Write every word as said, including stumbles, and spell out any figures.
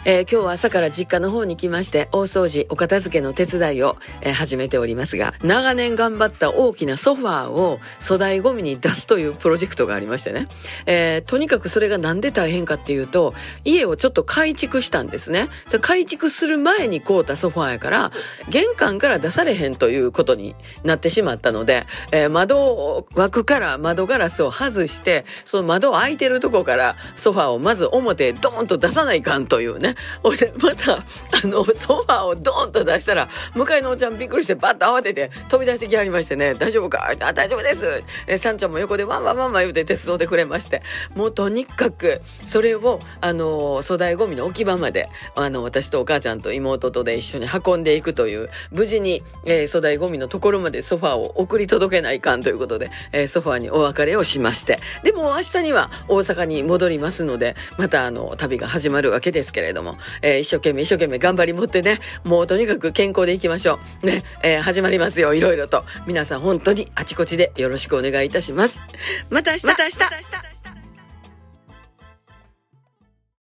えー、今日は朝から実家の方に来まして大掃除お片付けの手伝いを、えー、始めておりますが、長年頑張った大きなソファーを粗大ゴミに出すというプロジェクトがありましてね、えー、とにかくそれがなんで大変かっていうと、家をちょっと改築したんですね。改築する前に買うたソファーやから玄関から出されへんということになってしまったので、えー、窓枠から窓ガラスを外してその窓開いてるとこからソファーをまず表へドーンと出さないかんというね。でまたあのソファーをドーンと出したら向かいのおちゃんびっくりしてバッと慌てて飛び出してきはりましてね、大丈夫か、あ大丈夫ですえさんちゃんも横でワンワンワンワン言うて手伝ってくれまして、もうとにかくそれをあの粗大ゴミの置き場まであの私とお母ちゃんと妹とで一緒に運んでいくという、無事に、えー、粗大ゴミのところまでソファーを送り届けないかんということで、えー、ソファーにお別れをしまして、でも明日には大阪に戻りますのでまたあの旅が始まるわけですけれども、えー、一生懸命一生懸命頑張り持ってね、もうとにかく健康でいきましょうね、えー、始まりますよ、いろいろと皆さん本当にあちこちでよろしくお願いいたします。また明日、また明日。